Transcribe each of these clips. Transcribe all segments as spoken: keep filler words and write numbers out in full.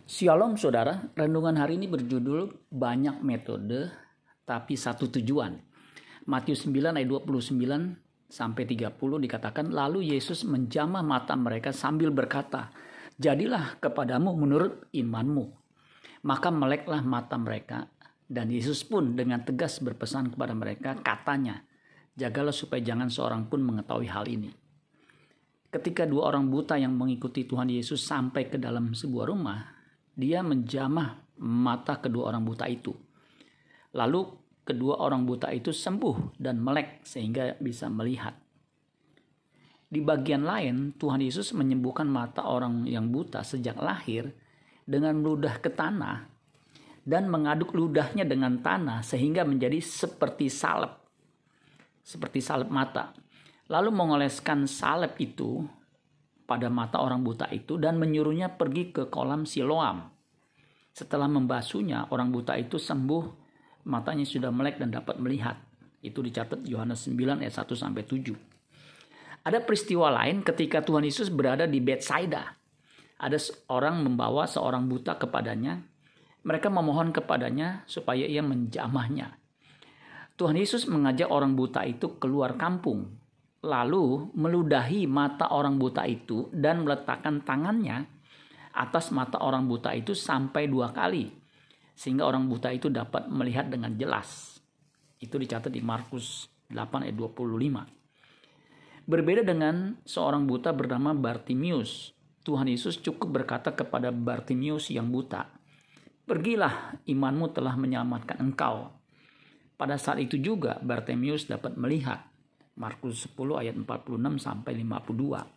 Shalom saudara, renungan hari ini berjudul banyak metode tapi satu tujuan. Matius sembilan ayat dua puluh sembilan sampai tiga puluh dikatakan, lalu Yesus menjamah mata mereka sambil berkata, jadilah kepadamu menurut imanmu. Maka meleklah mata mereka, dan Yesus pun dengan tegas berpesan kepada mereka, katanya, jagalah supaya jangan seorang pun mengetahui hal ini. Ketika dua orang buta yang mengikuti Tuhan Yesus sampai ke dalam sebuah rumah, dia menjamah mata kedua orang buta itu. Lalu kedua orang buta itu sembuh dan melek sehingga bisa melihat. Di bagian lain, Tuhan Yesus menyembuhkan mata orang yang buta sejak lahir dengan meludah ke tanah dan mengaduk ludahnya dengan tanah sehingga menjadi seperti salep. Seperti salep mata. Lalu mengoleskan salep itu pada mata orang buta itu dan menyuruhnya pergi ke kolam Siloam. Setelah membasuhnya, orang buta itu sembuh, matanya sudah melek dan dapat melihat. Itu dicatat Yohanes sembilan ayat satu sampai tujuh. Ada peristiwa lain ketika Tuhan Yesus berada di Betsaida. Ada orang membawa seorang buta kepadanya. Mereka memohon kepadanya supaya ia menjamahnya. Tuhan Yesus mengajak orang buta itu keluar kampung. Lalu meludahi mata orang buta itu dan meletakkan tangannya atas mata orang buta itu sampai dua kali. Sehingga orang buta itu dapat melihat dengan jelas. Itu dicatat di Markus delapan ayat dua puluh lima. Berbeda dengan seorang buta bernama Bartimius. Tuhan Yesus cukup berkata kepada Bartimius yang buta, pergilah, imanmu telah menyelamatkan engkau. Pada saat itu juga Bartimius dapat melihat. Markus sepuluh ayat empat puluh enam sampai lima puluh dua.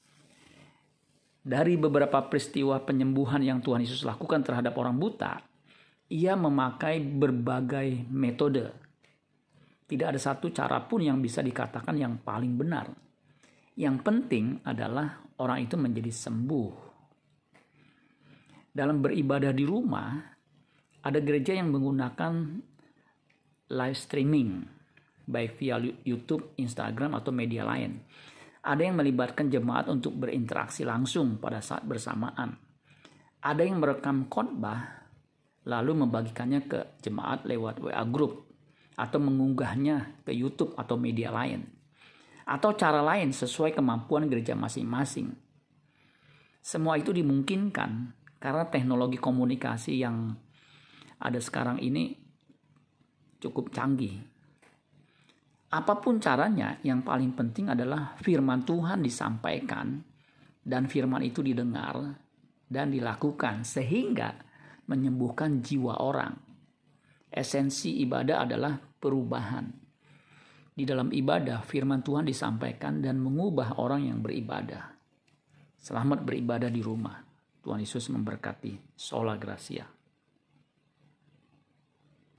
Dari beberapa peristiwa penyembuhan yang Tuhan Yesus lakukan terhadap orang buta, ia memakai berbagai metode. Tidak ada satu cara pun yang bisa dikatakan yang paling benar. Yang penting adalah orang itu menjadi sembuh. Dalam beribadah di rumah, ada gereja yang menggunakan live streaming, baik via YouTube, Instagram, atau media lain. Ada yang melibatkan jemaat untuk berinteraksi langsung pada saat bersamaan. Ada yang merekam khotbah, lalu membagikannya ke jemaat lewat W A group, atau mengunggahnya ke YouTube atau media lain. Atau cara lain sesuai kemampuan gereja masing-masing. Semua itu dimungkinkan karena teknologi komunikasi yang ada sekarang ini cukup canggih. Apapun caranya, yang paling penting adalah firman Tuhan disampaikan dan firman itu didengar dan dilakukan sehingga menyembuhkan jiwa orang. Esensi ibadah adalah perubahan. Di dalam ibadah, firman Tuhan disampaikan dan mengubah orang yang beribadah. Selamat beribadah di rumah. Tuhan Yesus memberkati. Sola Gracia.